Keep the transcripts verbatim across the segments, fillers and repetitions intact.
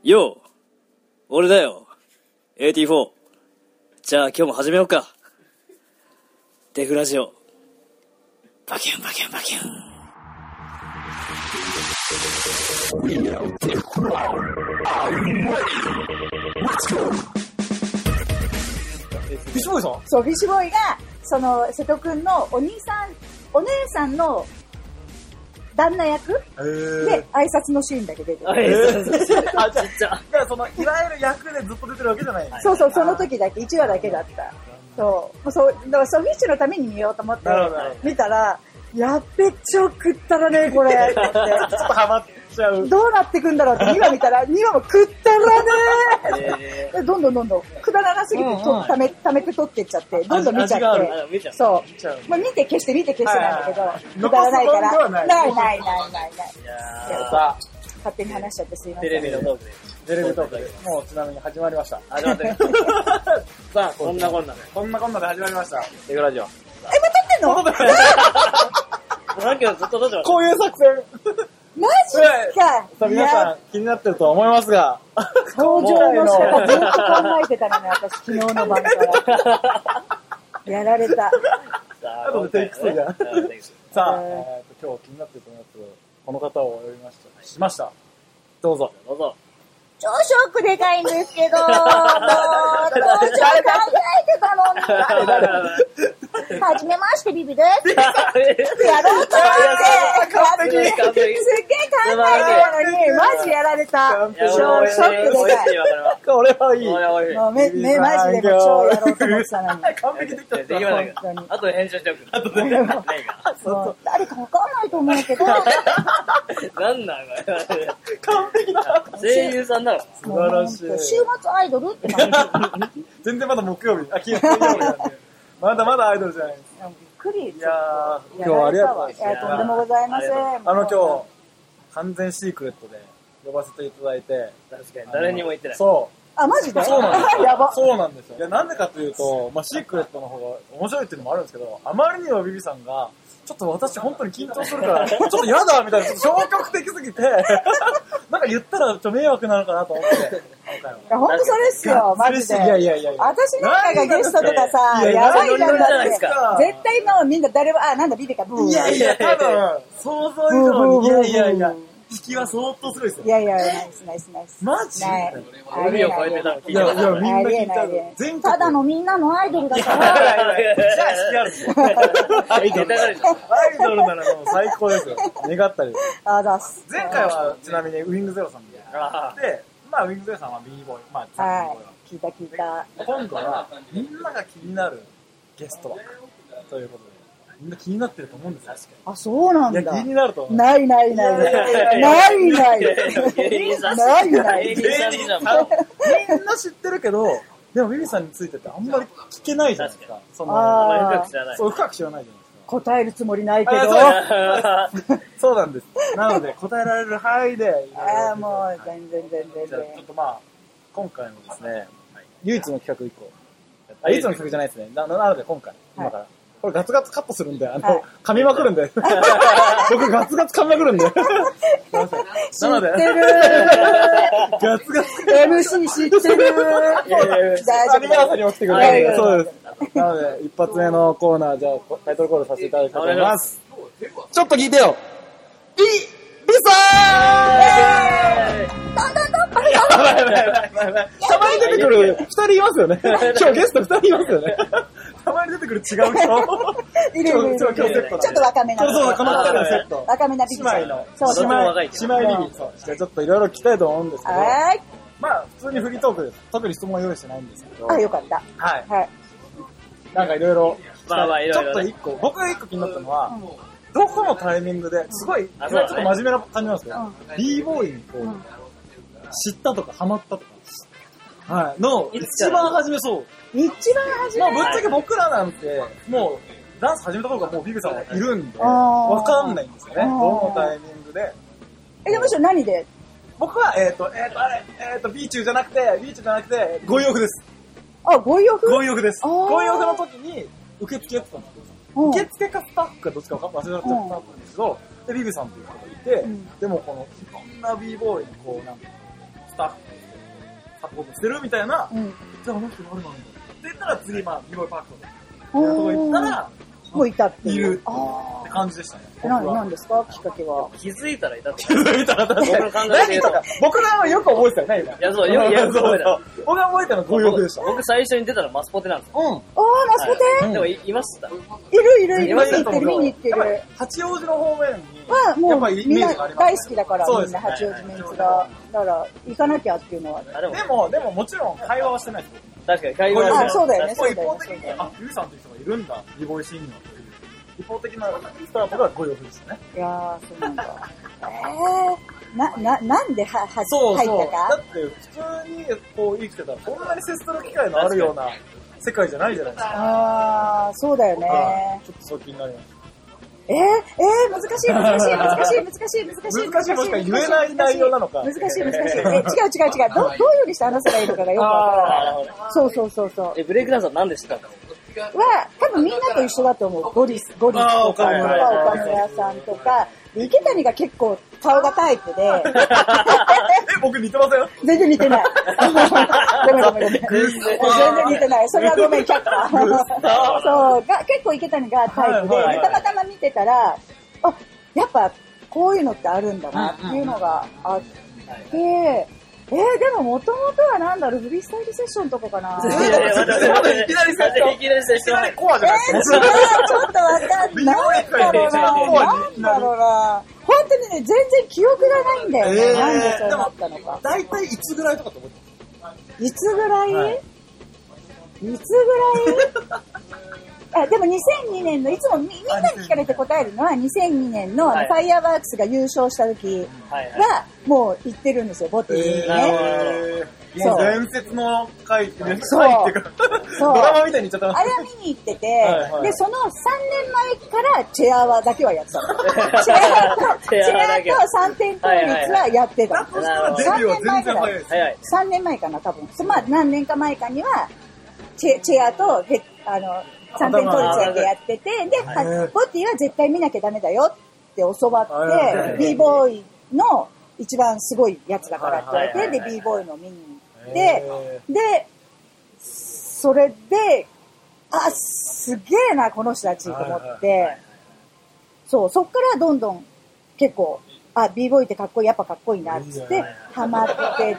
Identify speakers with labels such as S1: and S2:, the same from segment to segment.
S1: よう、俺だよ。エーティーフォー。じゃあ今日も始めようか。デフラジオ。バキュンバキュンバキュン。
S2: フィッシュボーイさん？
S3: そう、フィッシュボーイが、その、瀬戸くんのお兄さん、お姉さんの旦那役で挨拶のシーンだけ出てる。
S1: 挨拶のシーン。
S2: あ、ちっちゃ。だからその、いわゆる役でずっと出てるわけじゃない。
S3: そうそう、その時だけ、いちわだけだった。そう。そう、だからそう、フィッシュのために見ようと思って、見たら、やっべ、超食ったらね、これ。ってちょっと
S2: ハマっちゃう。
S3: どうなってくんだろうってにわ見たら、にわも食ったらねー。どんどんどんどん、くだらなすぎて、とため、ためて取ってっちゃって、どんどん見ちゃって。そう。まあ見て消して見て消してなんだけど、くだらないから。ないないないないない。さあ、勝手に話しちゃってすいません。
S1: テレビのトークで。
S2: テレビトークで。もうちなみに始まりました。
S1: 始まってる。
S2: さあ、
S1: こんなこんなで。
S2: こんなこんなで始まりました。
S1: デフラジオ。
S3: え、もう撮ってんの？
S2: 撮ってんの？
S1: さっきはずっと撮ってました。
S2: こういう作戦。
S3: マジか。
S2: さあ皆さん気になってると思いますが、
S3: 登場の仕方ずっと考えてたのね、私昨日の晩から。やられた。
S2: あとでテイクツーじゃん。さあ、えーと、今日気になってると思いますけど、この方をお呼びました。しました。どうぞ。
S1: どうぞ。
S3: 超ショックでかいんですけど、もう、どうしよう考えてたのに。はじめまして、ビビです。やろうと思って、
S2: 完璧。
S3: すっげえ考えてたのに、マジやられた。超ショックでかい。
S2: これはいい。
S3: もう目、目マジでも超やろうと思ってたのに。
S2: 完璧できた。
S1: できましたけど。あとで編集しておく。あとで。
S3: 誰かわかんないと思うけど。
S1: なんなんこれ。
S2: 完璧だ。
S1: 声優さんなの？
S2: 素晴らしい。
S3: 週末アイドルって感じ。
S2: 全然まだ木曜日。あ、金曜日なんで。まだまだアイドルじゃないです。
S3: びっくり。
S2: いやー、今日はありがとうございます。
S3: いや、とんでもございません。
S2: あの今日、完全シークレットで呼ばせていただいて。
S1: 確かに、誰にも言ってない。
S2: そう。
S3: あ、マジで？
S2: そうなんですよ。
S3: やば。
S2: そうなんですよ。いや、なんでかというと、まあ、シークレットの方が面白いっていうのもあるんですけど、あまりにもビビさんが、ちょっと私本当に緊張するから、ちょっと嫌だみたいな、消極的すぎて、なんか言ったらちょっと迷惑なのかなと思って、今回は。
S3: いや、ほんとそれっすよ、マジで。
S2: いやいやいやいや。
S3: 私なんかがゲストとかさ、やばいなんだって。絶対今はみんな誰も、あ、なんだビビか、ブー。
S2: いやいや、多分、想像以上に、いやいやいや。引きは相当すごいですよ。
S3: いやいや、ナイスナイスナイス。
S2: マジ？
S1: 海を越えてたの聞いてた。
S2: いやいや、みんな聞いたの。
S3: ただのみんなのアイドルだから。
S2: じゃあ引きあるんですよ。アイドル。アイドルならもう最高ですよ。願ったり。
S3: あ、だす。
S2: 前回はちなみにウィングゼロさんで。で、まあウィングゼロさんは B ボーイ。まあ、
S3: はい。聞いた聞いた。
S2: 今度はみんなが気になるゲストということで。みんな気になってると思うんですよ。
S3: あ、そうなんだ。
S2: いや、気になると思う。
S3: ないないない。ないない。ないない。
S2: みんな知ってるけど、でもビビさんについてってあんまり聞けないじゃないですか。その、
S1: 深く知らない。
S2: そう、深く知らないじゃないですか。
S3: 答えるつもりないけど。
S2: そうなんです。なので、答えられる範囲で。
S3: ああ、もう、全然全然。
S2: じゃあ、ちょっとまあ、今回もですね、唯一の企画いっこ。あ、唯一の企画じゃないですね。なので、今回、今から。これガツガツカットするんで、あの、噛みまくるんで。僕ガツガツ噛みまくるんで。なので、
S3: 知ってる
S2: ガツガツ。
S3: エムシー 知ってる大
S2: 丈夫。アニバーサリーも来てくれる。そうです。なので、一発目のコーナー、じゃあ、タイトルコールさせていただきたいと思います。ちょっと聞いてよ。い、ビサー
S3: どんどんどんどん
S2: やばいやばいやばいやばい。たまに出てくる二人いますよね。今日ゲスト二人いますよね。たまに出てくる違う人。
S3: いるいるいる。ちょっと若めな。
S2: そうそう、この方のセット。
S3: 若めなビビ。
S2: 姉妹の。姉妹、姉妹ビビ。そう。じゃあちょっといろいろ聞きたいと思うんですけど。
S3: はい。
S2: まあ、普通にフリートークです。特に質問は用意してないんですけど。
S3: あ、よかった。
S2: はい。
S3: はい。
S2: なんかいろいろ。
S1: まあまあ、いろいろ。
S2: ちょっと一個、僕が一個気になったのは、どこのタイミングで、すごい、ちょっと真面目な感じなんですけど、b ボーイにこう、知ったとかハマったとか。はい。の、一番初めそう。
S3: 一番初め。
S2: もうぶっちゃけ僕らなんて、もう、ダンス始めた頃からもうビビさんはいるんで、わかんないんですよね。どのタイミングで。
S3: え、でもしろ何で？
S2: 僕は、えっと、えっと、あれ、えっと、ビーチューじゃなくて、ビーチューじゃなくて、ゴイオフです。
S3: あ、ゴイオフ？
S2: ゴイオフです。ゴイオフの時に、受付やってたんですよ。受付かスタッフかどっちか忘れちゃったんですけど、で、ビビさんっていう方がいて、でもこの、いろんな b ボーイのこう、なんか、スタタッフサポートしてるみたいな、
S3: うん、
S2: じゃああの人誰なんだって言ったら次、まあ、ビボイパークとか、そういうとこ行ったら、
S3: もういたっていう。
S2: いるって感じでしたね。
S3: 何、何ですかきっかけは。
S1: 気づいたらいたって。
S2: 気づいたら確かに。僕の考えで言うと。僕らはよく覚えてたよね、今。
S1: いや、そう、よく、よく覚えた。
S2: 僕が覚えたのはご欲でした。
S1: 僕最初に出たのマスポテなんですよ。
S3: うん。あー、マスポテ
S1: でも、いました。
S3: いるいるいる。見に行ってる、見に行ってる。
S2: 八王子の方面に。
S3: は、もう、みんな大好きだから、みんな八王子メンツが。だから、行かなきゃっていうのは。
S2: でも、でももちろん会話はしてないです。
S1: 確かに会話はしてない。
S3: あ、そうだよね、そうだよ
S2: ね。あ、ゆうさんっていう人がいるんだ、ビボイシーンには。一方的なスタートがご欲ですよね。
S3: いやー、そうなんだ。えー、な、な、なんでは、は、入ったか
S2: そうそう。だって普通にこう生きてたら、そんなに接する機会のあるような世界じゃないじゃないですか。
S3: あー、そうだよね。
S2: ちょっとそう気になります。
S3: えー、えー、難しい、難しい、難しい、難しい、難しい。
S2: 難しい、もしか言えない内容なのか。
S3: 難しい、難しい。え、違う違う違う。ど、どういう風にして話せばいいのかがよくわからない。そうそうそうそう。
S1: え、ブレイクダンスは何で知ったの
S3: は、多分みんなと一緒だと思う。ゴリス、ゴリスとか、岡村さんとか、池谷が結構顔がタイプで。え、
S2: 僕似てません？
S3: 全然似てない。ごめんごめんごめん。全然似てない。それはごめん、却下。そう、が、結構池谷がタイプで、たまたま見てたら、あ、やっぱこういうのってあるんだなっていうのがあって、えー、でも元々はなんだろう、フリースタイルセッションとかかな。
S2: いきなりセッション。いきなりセッション。いきなりコアじゃないですか。
S3: えー、違う、ちょっとわかんない。なんだろうな。なんだろうな。本当にね、全然記憶がないんだよね。えー、なんでそうなったのか。
S2: だいたいいつぐらいとかと思って
S3: ますいつぐらい、はい、いつぐらいあ、でもにせんにねんの、いつもみみんなに聞かれて答えるのはにせんにねんの、はい、ファイヤーワークスが優勝した時がもう言ってるんですよ、ボティにね。
S2: えー、もう伝説の回っていうか、ドラマみたいに言っちゃった
S3: あれは見に行ってて、はいはい、で、そのさんねんまえからチェアワだけはやってたの。チェアと、チェアとさんてん倒立はやってた。さんねんまえぐらい。さんねんまえかな、多分。まあ、何年か前かには、チェチェアとヘッ、あの、さんてん倒立だけやってて、で、ボティは絶対見なきゃダメだよって教わって、b ボーイの一番すごいやつだからって言われて、で、b ボーイの見に行って、で、それで、あ、すげえな、この人たちと思って、そう、そっからどんどん結構、あ、b ボーイってかっこいい、やっぱかっこいいな、つって、ハマってって、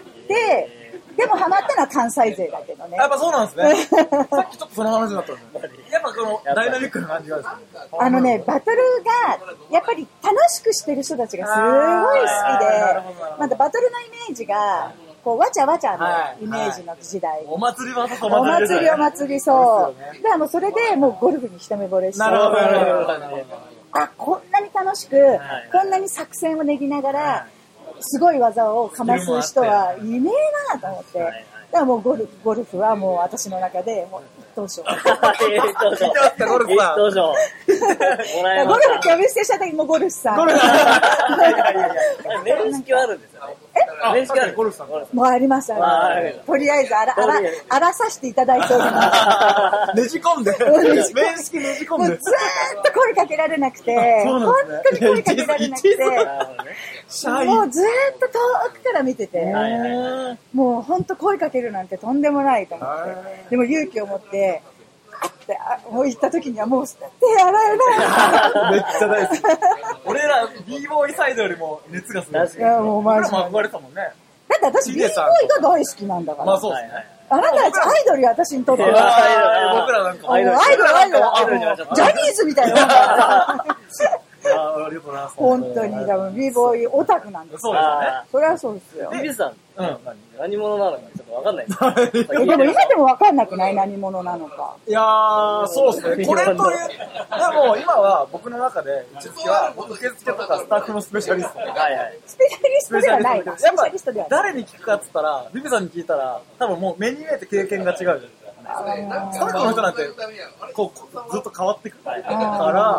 S3: でもハマったのは関西勢だけどね。
S2: やっぱそうなんですね。さっきちょっとその話になったんですね。やっぱこのダイナミックな感じがですね。
S3: あのね、バトルが、やっぱり楽しくしてる人たちがすごい好きで、またバトルのイメージが、こう、わちゃわちゃのイメージの時代。
S2: お祭りはお祭り。
S3: お祭りお祭り、そう。だからもうそれでもうゴルフに一目惚れして。
S2: なるほど、なるほど。
S3: あ、こんなに楽しく、こんなに作戦を練りながら、すごい技をかます人はいねえなと思って。だからもうゴルフ、ゴルフはもう私の中でもう一等賞。一
S1: 等賞。ゴルフさん。一等賞。
S3: ゴルフって呼び捨てした時もゴルフさん。ゴルフさ
S1: ん。面識はあるんですよね。
S3: え
S2: 面識あるゴルフさん。
S3: もうあります、あります。とりあえず、あら、あら、あらさせていただいております。
S2: ねじ込んで。面識ねじ込んで。
S3: もうずーっと声かけられなくて、本当に声かけられなくて、もうずーっと遠くから見てて、もう本当声かけるなんてとんでもないと思って。でも勇気を持って、ってもう行った時にはもう手洗えない。
S2: めっちゃ大好き。俺ら b ボーイサイドよりも熱がする。
S3: いやもうマジで。
S2: 俺も憧れたもんね。
S3: だって私 b ボーイが大好きなんだから。
S2: まあそうですね。
S3: あなたたちアイドルよ、私にとっては。
S2: 僕らなんか
S3: アイドル、アイドル、アイドル、ジャニーズみたいな。
S2: あありがとうございます。
S3: 本当に、多分 b ボーイオタクなんですよ。
S2: そうですね。
S3: それはそうですよ。
S1: ビビさん、うん、何者なのかちょっとわかんないです。
S3: でも今でもわかんなくない何者なのか。
S2: いやー、そうですね。これという、でも今は僕の中で、位置づけは、受付とかスタッフのスペシャリスト。はいはい。
S3: スペシャリストではないな。スペシャリストではない。
S2: 誰に聞くかって言ったら、ビビさんに聞いたら、多分もう目に見えて経験が違うじゃないですか。スタッフの人なんて、こう、ずっと変わってくるから、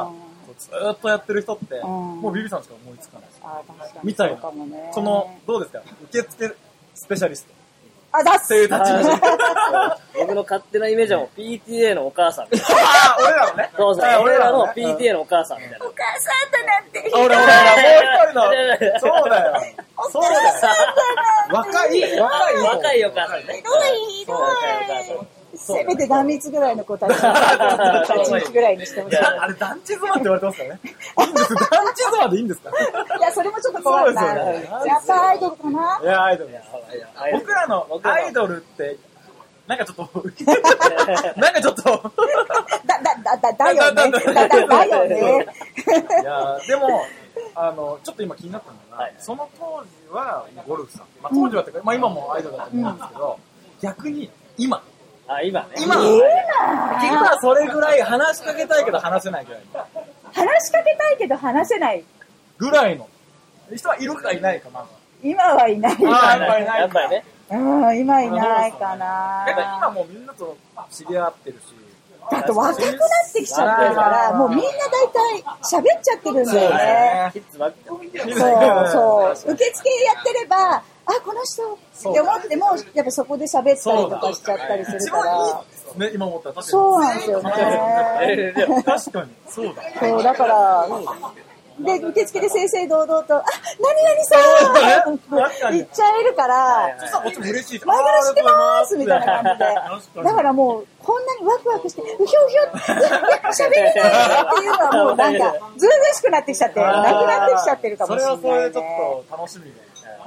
S2: ずーっとやってる人って、もうビビさんしか思いつかないです。
S3: あ確かに
S2: みたいな。その、どうですか受付スペシャリスト。
S3: あ、だっ
S2: っていう立ち位置。
S1: 僕の勝手なイメージはもう ピーティーエー のお母さん。あ
S2: あ、俺らのね。
S1: そうそう。俺らの ピーティーエー のお母さんみたいな。
S3: お母さんだなんて。
S2: 俺、俺、もう一人の。そうだよ。そうだよ。 若い、若い。
S1: 若いお母さんね。
S3: ひどい、ひどい。せめて断蜜ぐらいの子たち、立ち位置ぐらいにしてほしい。
S2: あれ、団地妻って言われてますからね。いいんです、団地妻でいいんですか？
S3: いや、それもちょっと怖いな。やっぱアイドルかな？
S2: いや、アイドル。僕らのアイドルって、なんかちょっと、なんかちょっと、だ、
S3: だ、だ、だ、だよね。だ、だ、だよね。
S2: いや、でも、あの、ちょっと今気になったのが、その当時はゴルフさん。まあ当時はってか、まあ今もアイドルだと思うんですけど、逆に今、
S1: あ、今ね。
S2: 今、今それぐらい話しかけたいけど話せないぐらい。
S3: 話しかけたいけど話せない。
S2: ぐらいの人はいるかいないか、まず。
S3: 今はいないか
S2: な。やっぱりない。
S1: やっぱりね。
S3: うん、今いないかな。
S2: だから今もうみんなと知り合ってるし。
S3: だって若くなってきちゃってるから、もうみんな大体喋っちゃってるんだよね。そう、そう。受付やってれば、あ、この人って思っても、やっぱそこで喋ったりとかしちゃったりするから。
S2: ね、今思ったら確かに。
S3: そうなんですよね。
S2: 確かに。そうだ。
S3: そう、だから、で、受付で正々堂々と、あ、何々さん言っちゃえるから、
S2: そしたらこっちも嬉しい。
S3: 前から知ってますみたいな感じで。だからもう、こんなにワクワクして、うひょうひょ、喋りたいっていうのはもうなんか、ずうずうしくなってきちゃって、なくなってきちゃってるかもしれない、ね。
S2: それはそれでちょっと楽しみで。
S3: うん。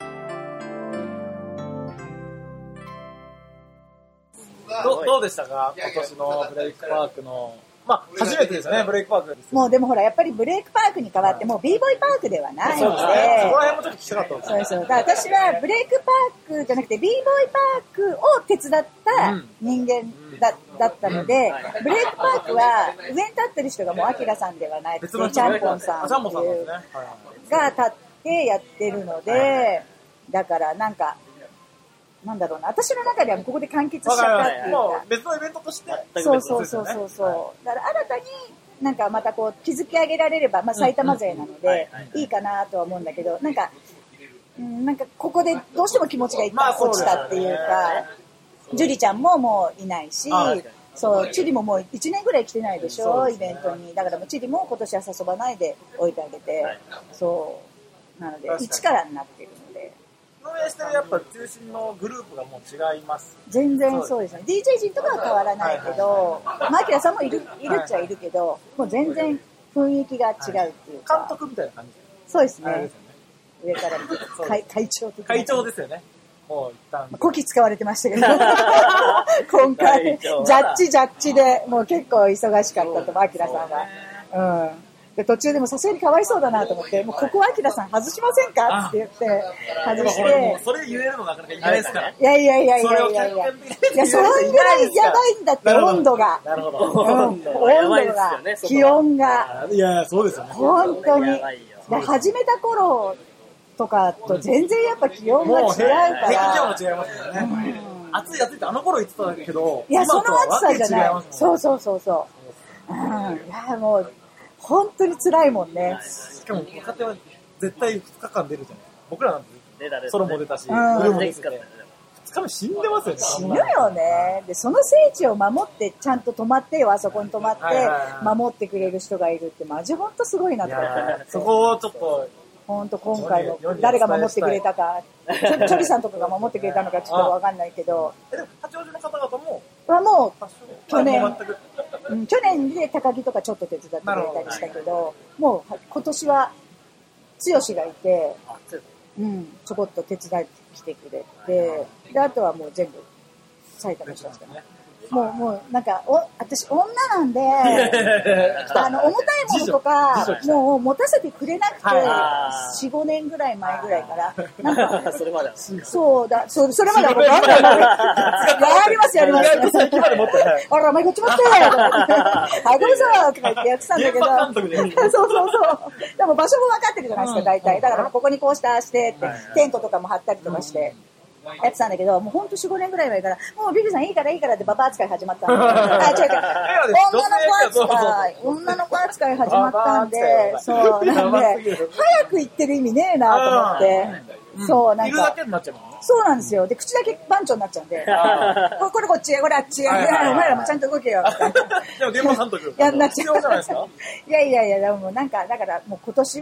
S2: ど, どうでしたか今年のブレイクパークの、まあ初めてですよね、ブレイクパークです。
S3: もうでもほら、やっぱりブレイクパークに変わって、もう b ボーイパークではないので、
S2: そうですね、そこら辺もちょっと聞きたかったですね。
S3: そうそう。だから私はブレイクパークじゃなくて b ボーイパークを手伝った人間だ,、うん、だったので、うん、ブレイクパークは上に立ってる人がもうアキラさんではない、別のチャンポンさんっていうが立ってやってるので、だからなんか、なんだろうな、私の中ではここで完結しちゃったっていうか、
S2: 別のイベントとして、
S3: そうそうそうそうそう、はい、だから新たになんかまたこう築き上げられれば、まあ埼玉勢なのでいいかなとは思うんだけど、なんか、うん、なんかここでどうしても気持ちが一旦落ちたっていうか、ジュリちゃんももういないし、そう、チリももういちねんぐらい来てないでしょ、イベントに。だからもうチリも今年は誘ばないで置いてあげて、そう、なので一からになってるので。
S2: 運営してるやっぱ中心のグループがもう違います。
S3: 全然そうですね。ディージェー 陣とかは変わらないけど、マキラさんもいる、いるっちゃいるけど、もう全然雰囲気が違うっていうか。
S2: 監督みたいな感じ。
S3: そうですね。上から見て会、会長的な。
S2: 会長ですよね。もう一旦。
S3: こき使われてましたけど。今回、ジャッジジャッジで、もう結構忙しかったと、マキラさんは。うん。で途中でもさすがにかわいそうだなと思って、もうここはアキラさん外しませんかって言って外して、
S2: それ言えるのなかなかいないですから。
S3: いやいやいやいやいやいやいや、いやそれぐらいやばいんだって、温度が、
S2: なるほど、
S3: 温度が、気温が、
S2: いやそうですよね。
S3: 本当に。で始めた頃とかと全然やっぱ気温が違うから。
S2: 天気温が違いますよね。暑い暑いってあの頃言ってたけど、
S3: いやその暑さじゃない。そうそうそうそう。うん、いやもう。本当に辛いもんね。
S2: しかも若手は絶対ふつかかん出るじゃない。僕らなんてソロも出たし、グル
S3: ー
S2: も出てふつかめ死んでますよね。
S3: 死ぬよね。でその聖地を守ってちゃんと止まってよ、あそこに止まって守ってくれる人がいるってマジ本当すごいなと思って。
S2: そこをちょっと
S3: 本当今回の誰が守ってくれたか、チョリさんとかが守ってくれたのかちょっとわかんないけど。
S2: えでも八王子の方々も
S3: はもう去年。うん、去年で高木とかちょっと手伝ってくれたりしたけど、もう今年は剛がいて、うん、ちょこっと手伝ってきてくれて、であとはもう全部埼玉の人たちかな。もう、もう、なんか、お、私、女なんで、あの、重たいものとか、もう持たせてくれなくて、よん、ごねんぐらい前ぐらいから、なんか、
S1: それまで
S3: そうだ、そう、それまでは、なんだろう、やります、やります。あら、お前こっち持ってはい、どうぞとか言ってやってたんだけど、そうそうそう。でも場所も分かってるじゃないですか、大体。だから、ここにこうしたしてって、テントとかも張ったりとかして。やってたんだけど、もうほんとよん、ごねんぐらい前から、もうビビさんいいからいいからってババ扱い始まったんで。あ、違う違う。女の子扱い、女の子扱い始まったんで、そう、なんで、早く言ってる意味ねえなと思って、そう、なんか、そうなんですよ。で、口だけ番長になっちゃうんで、これこっち、これあっち、お前らもちゃんと動けよ、みたいな。
S2: でも、現場監督。
S3: やんなっちゃう。いやいやいや、でもなんか、だからもう今年は、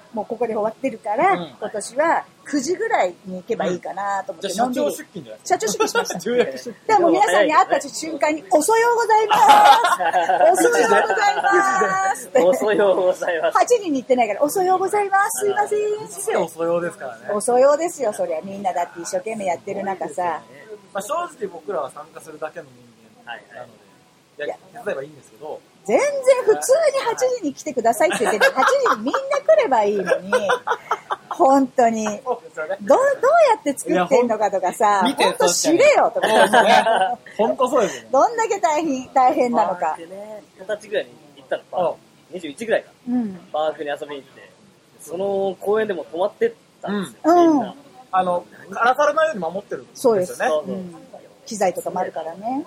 S3: もうここで終わってるから、
S2: うん、
S3: 今年はくじぐらいに行けばいいかなと思って、
S2: うん、じゃあ社長出勤じゃないですか。
S3: 社長出勤しました。
S2: 重役出勤。
S3: でも皆さんに会った瞬間に、おそようございます。おそようございますって。
S1: おそようございます。
S3: はちにんに行ってないから、おそようございます。すいません。
S2: 一でおそようですからね。
S3: おそようですよ、そりゃ。みんなだって一生懸命やってる中さ。
S2: まあ、正直僕らは参加するだけの人間なので、いや、手伝えばいいんですけど、
S3: 全然普通にはちじに来てくださいって言ってる。はちじにみんな来ればいいのに、本当に。どう、どうやって作ってんのかとかさ、本当知れよとか。
S2: 本当そうですよね。
S3: どんだけ大変、大変なのか。
S1: でね、二十歳ぐらいに行ったのか、にじゅういちぐらいか。
S3: うん。
S1: パークに遊びに行って、その公園でも泊まってったんですよ。
S3: うん。
S1: みんな
S2: あの、荒されないように守ってるんですよね。
S3: そうです。うん。機材とかもあるからね。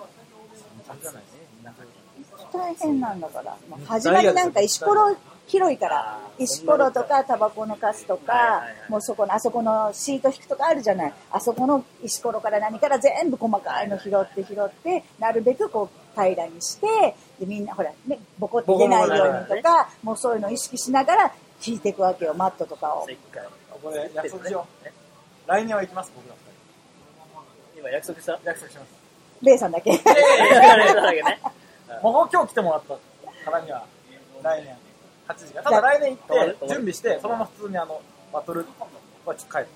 S3: 大変なんだから。始まりなんか石ころ広いから、石ころとかタバコのカスとか、もうそこの、あそこのシート引くとかあるじゃない。あそこの石ころから何から全部細かいの拾って拾って、なるべくこう平らにして、でみんなほらね、ボコって出ないようにとか、もうそういうのを意識しながら引いていくわけよ、マットとかを。
S2: これ約束しよう。来年は行きます、僕ら二人。
S1: 今約束した
S2: 約束します。
S3: レイさんだけ。
S1: レイさんだけね。
S2: もう今日来てもらったからには、来年、はちじが。ただ来年行って、準備して、そのまま普通にあの、バトルは帰る。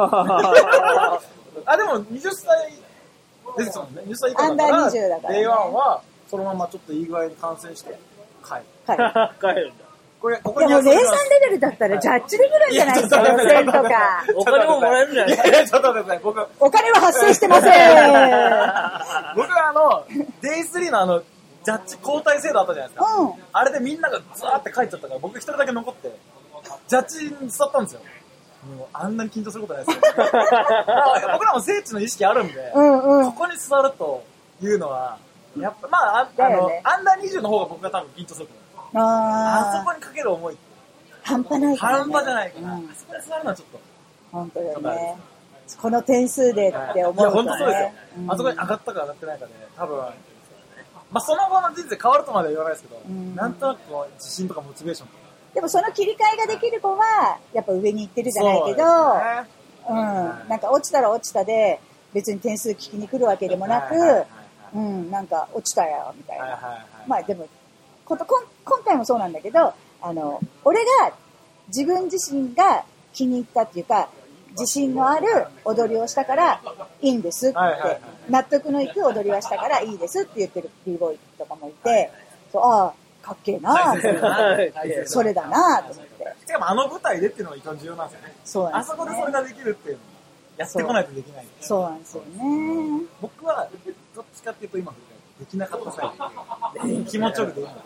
S2: あ、でもにじゅっさいですもんね。にじゅっさい以下だから、
S3: アンダーにじゅうだからね。
S2: デイワンは、そのままちょっといい具合に感染して、帰る。
S3: 帰る。
S1: 帰るんだ。
S2: これ、ここ
S3: で
S2: に
S3: もレイさんレベルだったらジャッジでぐらいじゃないですか、予選とか。
S1: お金ももらえるんじゃないですか。
S2: いやいや、ちょっと待ってください。僕、
S3: お金は発生してません。
S2: 僕はあの、デイスリーのあの、ジャッジ交代制度あったじゃないですか。
S3: うん。
S2: あれでみんながザーって帰っちゃったから、僕一人だけ残って、ジャッジに座ったんですよ。もう、あんなに緊張することないですよ。僕らも聖地の意識あるんで、
S3: うんうん、
S2: ここに座るというのは、やっぱ、まあ、あ、あの、ね、アンダーにじゅうの方が僕が多分緊張すると思う。あ, あそこにかける思いって。
S3: 半端ないからね。
S2: 半端じゃないから、うん、あそこに座るのはちょっと。
S3: 本当よね。この点数でって思うとね。いや、
S2: 本当そうですよ。うん、あそこに上がったか上がってないかで、多分、まあ、その後の人生変わるとまでは言わないですけど、うん、なんとなくこう自信とかモチベーションとか。
S3: でもその切り替えができる子は、やっぱ上に行ってるじゃないけど、う、ね、うん、なんか落ちたら落ちたで、別に点数聞きに来るわけでもなく、うん、なんか落ちたよ、みたいな。はいはいはい、まあでも、ことこん今回もそうなんだけど、あの、俺が自分自身が気に入ったっていうか、自信のある踊りをしたからいいんですって、はいはいはい、納得のいく踊りはしたからいいですって言ってる b ボーイとかもいて、はいはい、そうああかっけえなーそれだなーと思って。
S2: しかもあの舞台でっていうのが一番重要なんですよね。そうなんですね。あそこでそれができるっていうのやってこないとできない。
S3: そうなんですよね。
S2: 僕はどっちかっていうと今できなかったサイド気持ちよくできなかった。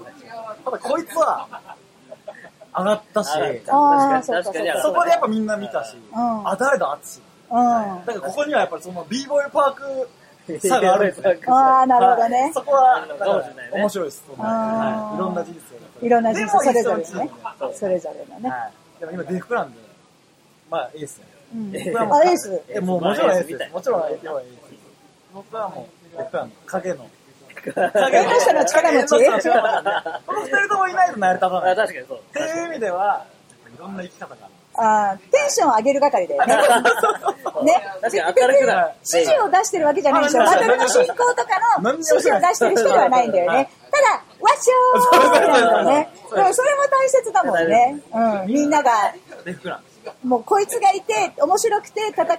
S2: ただこいつは上がったし、確
S3: かに確かに
S2: そこでやっぱみんな見たし、うん、あ、誰だあっち。うん、だからここにはやっぱりその b ボーイパーク差があるんですね。
S3: ああ、なるほどね。
S2: そこは面白いです。はい。いろんな人生
S3: いろんな人生それぞれですね。それぞれのね。
S2: はい。でも今デフクランで、まあエースね。
S3: うん、あ、エース。
S2: え、もうもちろんエースです。もちろんエース。僕はもうデフクラン影の。
S3: 影の下の力持ち。
S2: この二人ともいないと成り立たない。
S1: あ、確かにそう。
S2: っていう意味では、いろんな生き方がある。
S3: あテンションを上げる係だよね。ね。
S1: 確かに明るくなる。
S3: 指示を出してるわけじゃないでしょ。バトルの進行とかの指示を出してる人ではないんだよね。ただ、わっしょーなんだよね。それも大切だもんね。うん。みんなが、もうこいつがいて、面白くて戦って、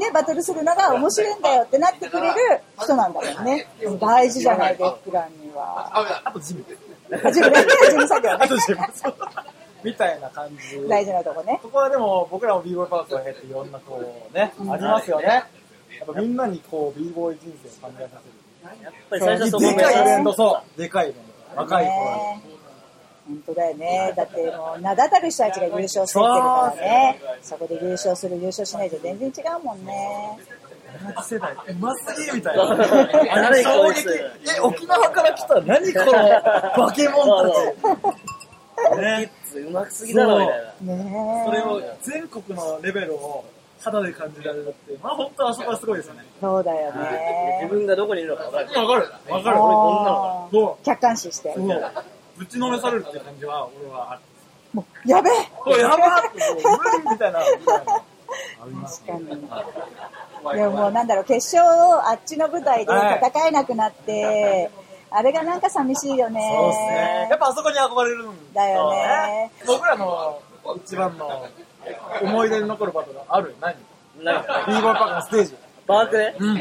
S3: バトルするのが面白いんだよってなってくれる人なんだもんね。大事じゃない、デフクランには。
S2: あとジム。
S3: あ、ジムね。ジム作業ね。
S2: あとジム。みたいな感じ。
S3: 大事なとこね。
S2: そこはでも僕らも b ボーイパークを経ていろんなこうね、うん、ありますよね。やっぱみんなにこう b ボーイ人生を考えさせる。
S1: やっぱり最初そこ
S2: でかいイベント、そう。でかいイベント。若い子は。
S3: 本当だよね。だってもう名だたる人たちが優勝してってるからね。そこで優勝する優勝しないと全然違うもんね。
S2: 同じ世代、うますぎみたいな。あれ衝撃。え、沖縄から来た何このバケモンたち。
S1: ね、うますぎだろみたいな。
S3: ね、
S2: それを全国のレベルを肌で感じられるって、まあ本当あそこはすごいですよね。
S3: そうだよね。
S1: 自分がどこにいるのか分かる。
S2: 分かる。分かる。
S1: 俺こんなのか。
S3: 客観視して。
S2: そう。ぶちのめされるって感じは俺はある。
S3: もう、やべえ
S2: これやばーって、もう無理みたいな。
S3: 確かに。でももうなんだろう、決勝をあっちの舞台で戦えなくなって、あれがなんか寂しいよね。
S2: そうですね。やっぱあそこに憧れるん
S3: だよね。
S2: 僕らの一番の思い出に残るバトルある？何？
S1: 何？
S2: B ボールパークのステージ。
S1: パークで？
S2: うん。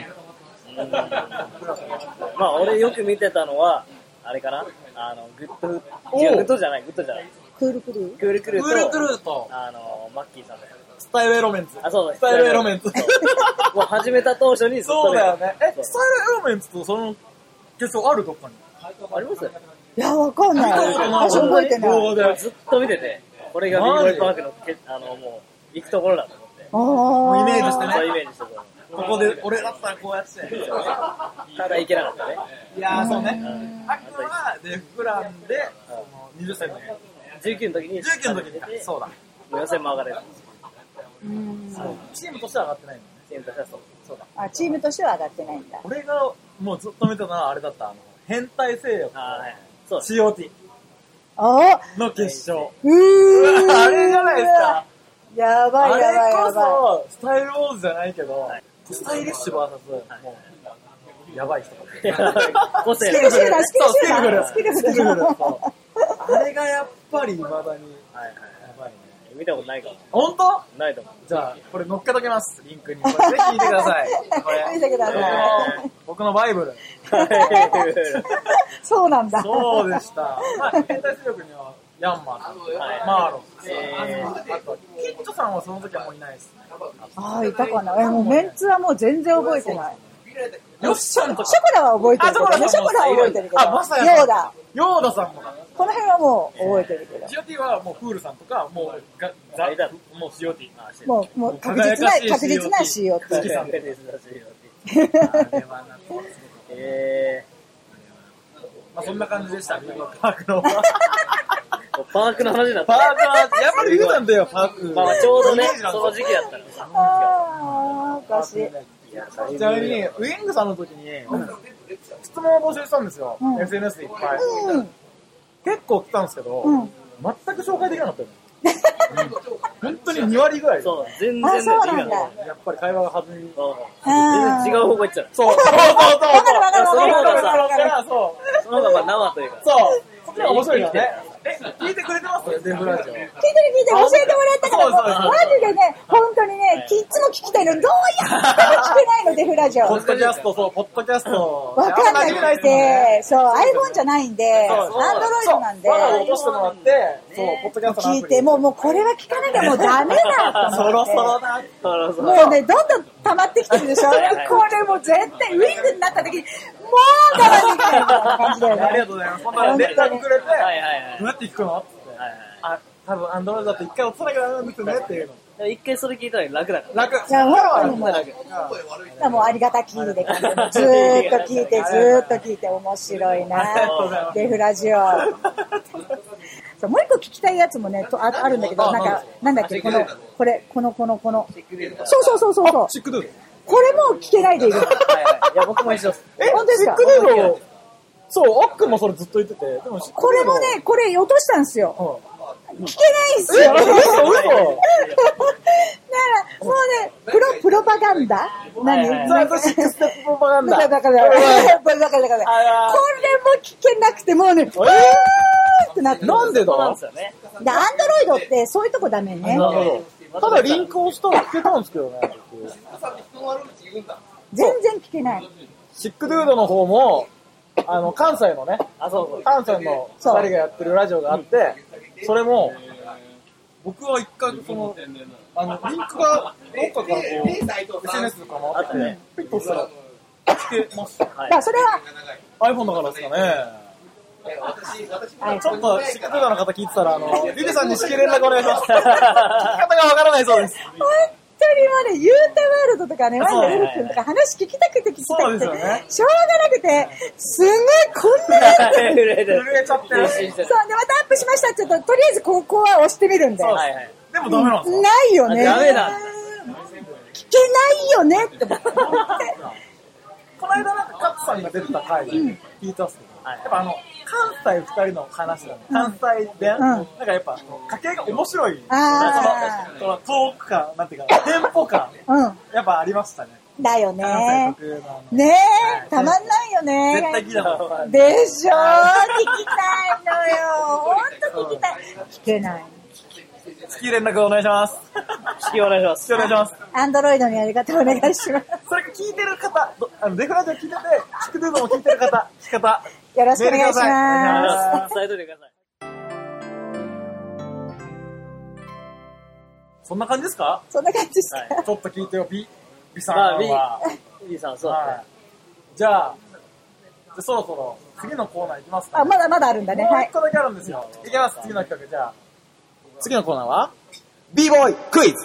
S1: まあ俺よく見てたのは、あれかな、あの、グッド、違う、グッドじゃない、グッドじゃない。
S3: クールクルー
S1: クールクルーと、
S2: クールクルーと、
S1: あの、マッキーさんだよ。
S2: スタイルエロメンツ。
S1: あ、そうだ、
S2: スタイルエロメンツ。
S1: もう始めた当初にずっと。
S2: そうだよね。え、スタイルエロメンツとその決勝あるどっかに？
S1: ありますよ。
S3: いや、わかんない。私覚えてない。
S1: ずっと見てて、これがビーボーイパークの、あの、もう、行くところだと思って。
S2: もうイメージしてね。
S1: そうイメージして
S2: ここで、俺だったらこうやって。
S1: ただ行けなかったね。
S2: いやー、そうね。あくはデフプランで、にじゅっさいの
S1: じゅうきゅうの時に。
S2: じゅうきゅうの時にか。そうだ。
S1: 予選も上がれる。
S2: チームとしては上がってないんだね。
S1: チームとしてはそう。そうだ。
S3: あ、チームとしては上がってないんだ。
S2: 俺がもうずっと見てたのはあれだった。あの、変態勢力。
S1: あはい。そう
S2: シーオーティー。
S3: あ
S2: の決勝。
S3: うー
S2: あれじゃないですか。
S3: やばいやばいやばい。
S2: あれこそ、スタイルウォーズじゃないけど、スタイリッシュ ブイエス、もう、やばい人か。
S3: スキルフルだ、スキルフルだ。
S2: スキルフル。あれがやっぱり未だに、やばいね。
S1: 見たことないかも。
S2: 本当？
S1: ないと思う。
S2: じゃあ、これ乗っけときます、リンクに。これぜひ見てください。これ。
S3: 見てください。
S2: 僕のバイブル。
S3: そうなんだ。
S2: そうでした。まあ、変態勢力には、ヤンマー、マーロン。あと、キッチョさんはその時はもういないですね。
S3: ああ、いたかな。え、もうメンツはもう全然覚えてない。
S2: よっしゃんとか。
S3: ショコラは覚えてるけどね。ショコラは覚えてるけど。
S2: あ、まさや
S3: ヨーダ。
S2: ヨーダさんもだ。
S3: この辺はもう覚えてるけど。
S2: ジオティはもうフールさんとか、もう、が、ザ、もう シーオーティー。
S3: もう、もう確実な、確実な シーオーティー。
S2: 好きさん。
S1: え
S2: ー。まあそんな感じでした、パークの。
S1: パークの話になった。
S2: パークは、やっぱり見たんだよ、パーク。
S1: まあちょうどね、その時期だったら。
S3: ああ、おかしい。
S2: ちなみに、ウィングさんの時に、質問を募集したんですよ。エスエヌエス でいっぱい。結構来たんですけど、全く紹介できなかったよね。本当にに割ぐらい。
S1: そう、全然
S3: あ、そうなんだ。
S2: やっぱり会話が弾み。
S1: 全然違う方向行っちゃう。
S2: そう、そうそうそう。
S3: わかるわかる
S1: その方が
S2: わかる
S1: さ、
S2: そう。
S1: その方が生というか。
S2: そう。そっちが面白いよね。え、聞いてくれてますデフラジオ。聞いてる聞いてる、
S3: 教えてもらったから、マジでね、本当にね、いつも聞きたいの、どうやっても聞けないの、デフラジオ。
S2: ポッドキャスト、そう、ポッドキャスト。
S3: わかんなくて、そう、iPhone じゃないんで、Android なんで。
S2: わざわざ落としてもらって、そう、ポッドキャスト
S3: 聞いて、もう、もうこれは聞かなきゃもうダメだと
S2: そろそろだ。
S3: もうね、どんどん溜まってきてるでしょ。これもう絶対、ウィングになった時に、もう我慢できないみたいな感じだよね。
S2: ありがとうございます。そんな連絡くれて、
S1: はいはいはい。
S2: どうやって聞くのって。あ、多分アンドロイドだと一回落とさなきゃダメなんですよねっていうの。
S1: 一回それ聞いたら楽だから。
S2: 楽。
S3: いや、本当にもう、もうありがたきで感じで、ずーっと聞いて、ずーっと聞いて、面白いな。デフラジオ。そう、もう一個聞きたいやつもね、と あ, あるんだけど、なんか、なんだっけ、この、これ、この、この、この。そうそうそうそうそう。
S2: シックドゥ。
S3: これも聞けないでいる。
S1: はいはい。いや、僕も一緒です。
S2: え、
S3: 本当ですか？
S2: シックドゥそう、あっくんもそれずっと言ってて。でも
S3: これもね、これ落としたんですよ。聞けないんすよ。
S2: 嘘嘘。
S3: だから、もうね、プロ、プロパガンダ何
S2: そう、シックステッププロパガンダ。
S3: だから、だから、だから、これも聞けなくて、もうね、うーってなって。
S2: なんでだ
S1: なんですよね。
S3: で、アンドロイドってそういうとこダメね。
S2: なるほど。ただリンクをしたら聞けたんですけどね。
S3: 全然聞けない。
S2: シックドゥードの方も、あの、関西のね、
S1: あ、そうそう。
S2: 関西のふたりがやってるラジオがあって、それも、僕は一回、その、あの、リンクがどっかからこう、エスエヌエス とかもあって、ピッと押したら、聞けました。
S3: だからそれは、
S2: iPhone だからですかね。ちょっと、シックドゥードの方聞いてたら、あの、リリさんに至急連絡お願いします。聞き方がわからないそうです。
S3: 本当にもうね、ユータワールドとかね、ワンダウル君とか話聞きたくて聞きたくて、ね、しょうがなくて、すんごいこんなに
S2: 震えちゃって。そう、
S3: で、またアップしましたって言うと、とりあえずここは押してみるんで。
S2: そうはいはい。でもダメなんですか？
S3: ないよね。
S1: ダメだ。
S3: 聞けないよねって思って。
S2: この間なんかカツさんが出てた回で聞いたんですけど、やっぱあの、関西二人の話だね。関西弁、なんかやっぱ、掛け合いが面白い。
S3: あ
S2: その、トーク感、なんていうか、テンポ感、やっぱありましたね。
S3: だよね。
S2: 関西特有の。
S3: ねえ、たまんないよね。
S2: 絶対聞いたもん。
S3: でしょー、聞きたいのよ。ほんと聞きたい。聞けない。
S2: 好き連絡お願いします。
S1: 好きお願いします。
S2: 好きお願いします。
S3: アンドロイドのやり方お願いします。
S2: それ聞いてる方、あのデフラジオ聞いてて、聞くのも聞いてる方、聞き方。
S3: よろしくお願いしま
S1: 伝えといてください。
S2: そんな感じですか？
S3: す。そんな感じですか？
S1: はい
S2: ちょっと聞いてよ、ビ、ビさん
S1: まあ、
S2: は。
S1: B、B さん、そう
S2: は
S1: だね。
S2: い。じゃあ、じゃあそろそろ次のコーナーいきますか、
S3: あ、まだまだあるんだね。はい
S2: もう一。個だけあるんですよ。いきます、次の企画。じゃあ、次のコーナーは B ボーイクイズ。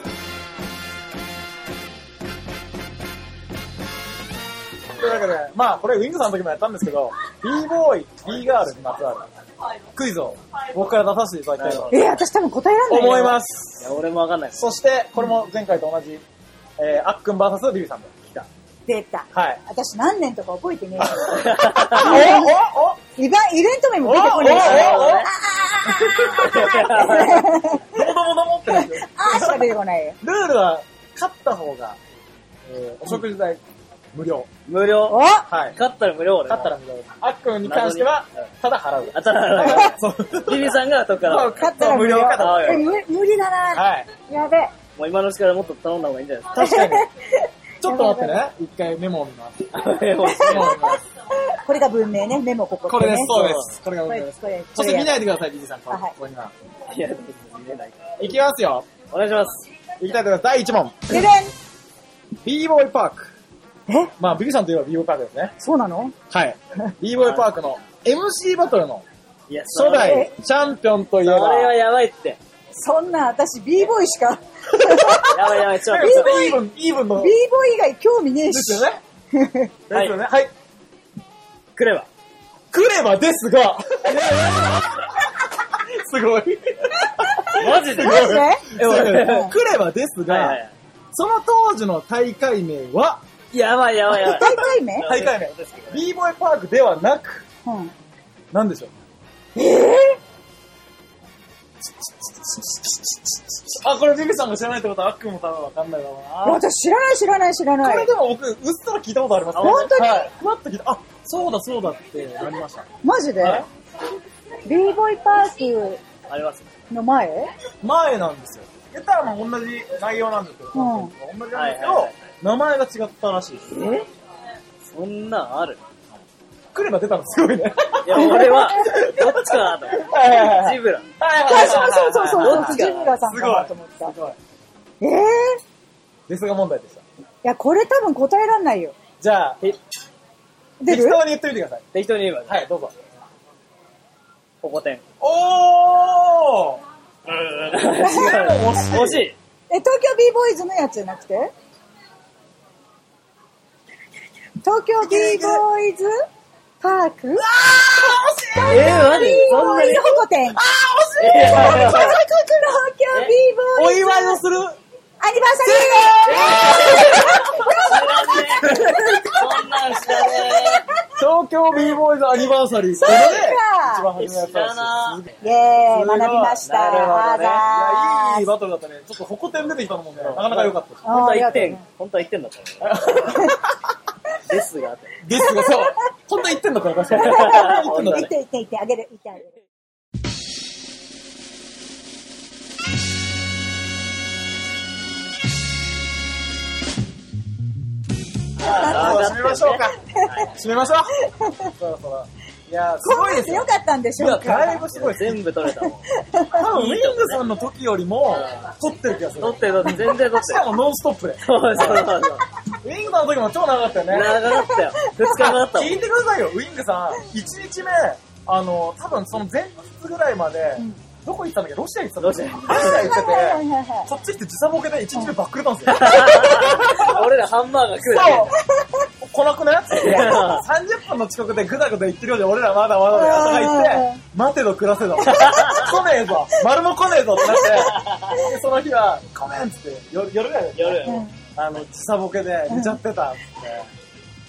S2: というわけで、まあこれウィングさんの時もやったんですけど、B ボーイ、B ガールにまつわるクイズを僕から出させていただきたいと
S3: えー、私多分答えらんないよ。
S2: 思います。
S1: いや、俺もわかんない。
S2: そして、これも前回と同じ、えー、あっくん ブイエス ビビさんで来た。
S3: 出た。
S2: はい。
S3: 私何年とか覚えてねえよ。
S2: おおお
S3: イベイベント名も出てこねえし。
S2: おおおお
S3: あ
S2: どもどもどもってなってる。
S3: ーしか出てこないよ。
S2: ルールは、勝った方が、えー、お食事代無料。
S1: 無料。
S3: お
S2: はい。
S1: 勝ったら無料俺。
S2: 勝ったら無料です。あっくんに関しては、ただ払う。
S1: あたら、
S2: そう。
S1: ビビさんが後から。
S3: 勝ったら無料。
S2: かと。
S3: え、無無理だな。
S2: はい。
S3: やべ。
S1: もう今のうちからもっと頼んだ方がいいんじゃないですか。
S2: 確かに。ちょっと待ってね。一回メモを見ます。メモを見ます。
S3: これが文明ね。メモここ
S2: これです、そうです。これが
S3: こ
S2: 文明です。
S3: れこれ。
S2: ちょっと見ないでください、ビビさん。こ
S3: あはい
S2: こには。
S1: いや、見れない。
S2: いきますよ。
S1: お願いします。
S2: いきたいと思います。だいいち問。
S3: ででん
S2: B ボーイパーク。
S3: え
S2: まあ、ビビさんといえば B ボーイパークですね。
S3: そうなの
S2: はい。B ボーイパークの エムシー バトルの
S1: いや、
S2: 初代チャンピオンといえば。
S1: それはやばいって。
S3: そんな、私 B ボーイしか。
S1: やばいやばい、ちょっと。
S2: イーブン、イーブンの。
S3: B ボーイ以外興味ねえし。
S2: ですよね。ですよね。はい。
S1: くれば。
S2: クレバですが。すごい。
S1: マジで
S3: マジで
S1: え、俺。
S2: クレバですが、その当時の大会名は、
S1: やばいやばいやばい。
S3: 大会名
S2: 大会名。B ボーイパークではなく、
S3: うん。
S2: なんでしょう。
S3: えぇ
S2: あ、これビビさんが知らないってことは、あっくんも多分わかんないだろうな。
S3: 私知らない知らない知らない。
S2: これでも僕、うっすら聞いたことありますね。
S3: 本当に
S2: はい。ふわっと聞いた。あ、そうだそうだってなりました。
S3: マジで、
S2: はい
S3: ?B ボーイパー
S1: あります。
S3: クの前
S2: 前なんですよ。言ったらまあ同じ内容なんですけど、
S3: うん
S2: 同じなんですけど、
S1: はいはいはい
S2: 名前が違ったらしいです。
S3: え
S1: そんなんある。
S2: 来れば出たのすごいね。
S1: いや、俺は、どっちかなと思って。
S2: はいはいはい
S1: ジブラ。
S3: そうそうそうそうそう
S1: どっちか
S3: ジブラさんかなと思った。
S2: すごい。
S3: えぇ、ー、い
S2: ですが問題でした。
S3: や、これ多分答えらんないよ。
S2: じゃあ、
S3: 出
S2: 適
S3: る
S2: 当に言ってみてください。
S1: 適当に言えば。
S2: はい、どうぞ。
S1: ポポテン。
S2: おー
S1: うん。違う。惜しい。
S3: え、東京 B ボーイズのやつじゃなくて東京 B ボーイズパークうわー
S1: えー、マジ
S3: B ボーイズホコテンあー、惜しい
S1: えー
S3: 東京 B ボー
S2: お
S3: イズ
S2: 祝いをする
S3: アニバーサリー
S1: そんなん知らね
S2: 東京 B ボーイズアニバーサリー。それで、一番初めのやつ
S1: 知らな
S2: です。
S3: イェーイ、学びました。
S1: なるほどね
S3: あ
S2: いや、いい
S3: ざー
S2: バトルだったね。ちょっとホコ天出てきたのもね、なかなか良かったです。
S1: 本当は1
S3: あーありがとう
S1: 点
S3: ね、
S1: 本当は1点だった。ですが、
S2: ですが、そう。本当は言ってんだから、確かに。言ってんだ
S3: 言
S2: ね
S3: って言って言ってあげる、言ってあげる。
S2: 締めましょうか。締めましょう。そろそろ。いや、すごいですよ。
S3: よかったんでしょう
S2: いや、だい
S3: か。
S2: ぶすごい。
S1: 全部取れたもん。
S2: 多分、ウィングさんの時よりも、撮ってる気がする。
S1: 取ってる取ってる、全然取ってる。
S2: しかもノンストップで。
S1: そうそうそうそう。
S2: ウィングさんの時も超長かったよね。
S1: 長かったよ。ふつかかかったもん。
S2: 聞いてくださいよ、ウィングさん。いちにちめ、あの、多分その前日ぐらいまで、どこ行ったんだっけロシア行ってたんだっけ
S1: ロシア
S2: ロシア行って
S3: はいはい
S2: て、
S3: はいはい。
S2: こっち来て時差ボケでいちにちめバックれたんですよ。
S1: 俺らハンバーガー食う
S2: そう来なくねってさんじゅっぷんの遅刻でグダグダ言ってるようで俺らまだまだだとか言って、待てど暮らせど。来ねえぞ丸も来ねえぞってなって、でその日は、ごめんっつって、夜夜ぐらいだよ
S1: 夜。
S3: うん
S2: あの、時差ボケで寝ちゃってたっつって。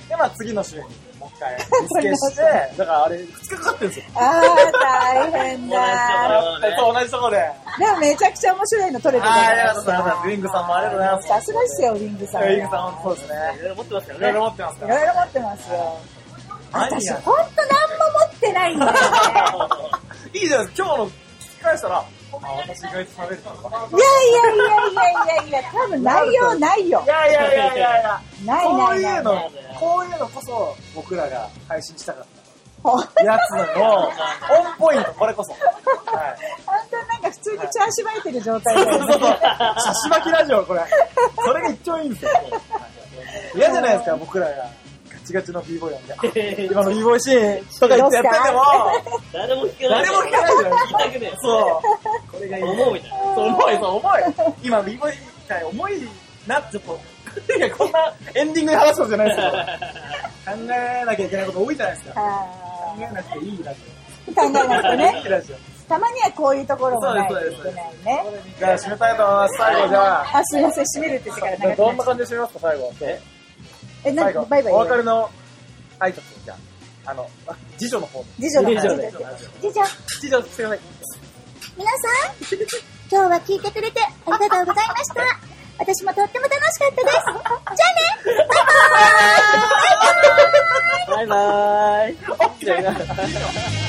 S2: で、まあ次の週にもう一回リスケして、だからあれふつかかかってるんですよ。
S3: あー、大変だ。
S2: そう、同じとこで。
S3: でもめちゃくちゃ面白いの撮れてるじゃないですか。
S2: あー、ウィングさんもありがとうございます。
S3: さすがですよ、ウィングさん。
S2: ウィングさんもそうですね。
S1: いろいろ持ってますから
S2: いろい
S1: ね。
S2: ろ持ってますか
S3: いろいろ持ってますよ。私、ほんと何も持ってないんだよね。
S2: いいじゃないですか、今日の聞き返したら、あ、私意外と喋れたのかな。
S3: いやいやいやいやいやいや、多分内容ないよ。
S2: いやいやいやいやいや。
S3: ないないない。
S2: こういうの、こういうのこそ僕らが配信したか
S3: ほん
S2: ったやつのオンポイント、これこそ。はい。
S3: 本当なんか普通にチャーシュ巻いてる状態だよね。
S2: そうそうそう。シャシ巻きラジオ、これ。それが一番いいんですよ。嫌じゃないですか、僕らが。ガチガチの b ボーイなんで。今の b ボーイシーンとか言ってやってても、
S1: 誰も聞かない。
S2: 誰も聞かないじゃん。
S1: 聞きたくねえ。
S2: そう。これがいい。
S1: 思うみたいな。
S2: そう、重い、そう、重い。今 b ボーイ界重いなって、こう、いや、こんなエンディングで話すことじゃないですよ。考えなきゃいけないこと多いじゃないですか。考えなくていいラジオ。
S3: 考えなくてね。
S2: いいラジオ。
S3: たまにはこういうところもないといけないね。
S2: じゃあ締めたいと思います。最後じゃあ。
S3: あ、すいません、締めるって言ってから長く
S2: どんな感じで締めますか、最後。
S3: え、な
S2: 最後、
S3: バイバイ。
S2: お別れの挨拶をじゃあ、あの、次女の方で。
S3: 次女の方で。次女。
S2: 次女、すいません。
S3: 皆さん、今日は聞いてくれてありがとうございました。私もとっても楽しかったです。じゃあね、バイバーイ。
S1: バイバーイ。バイバーイ。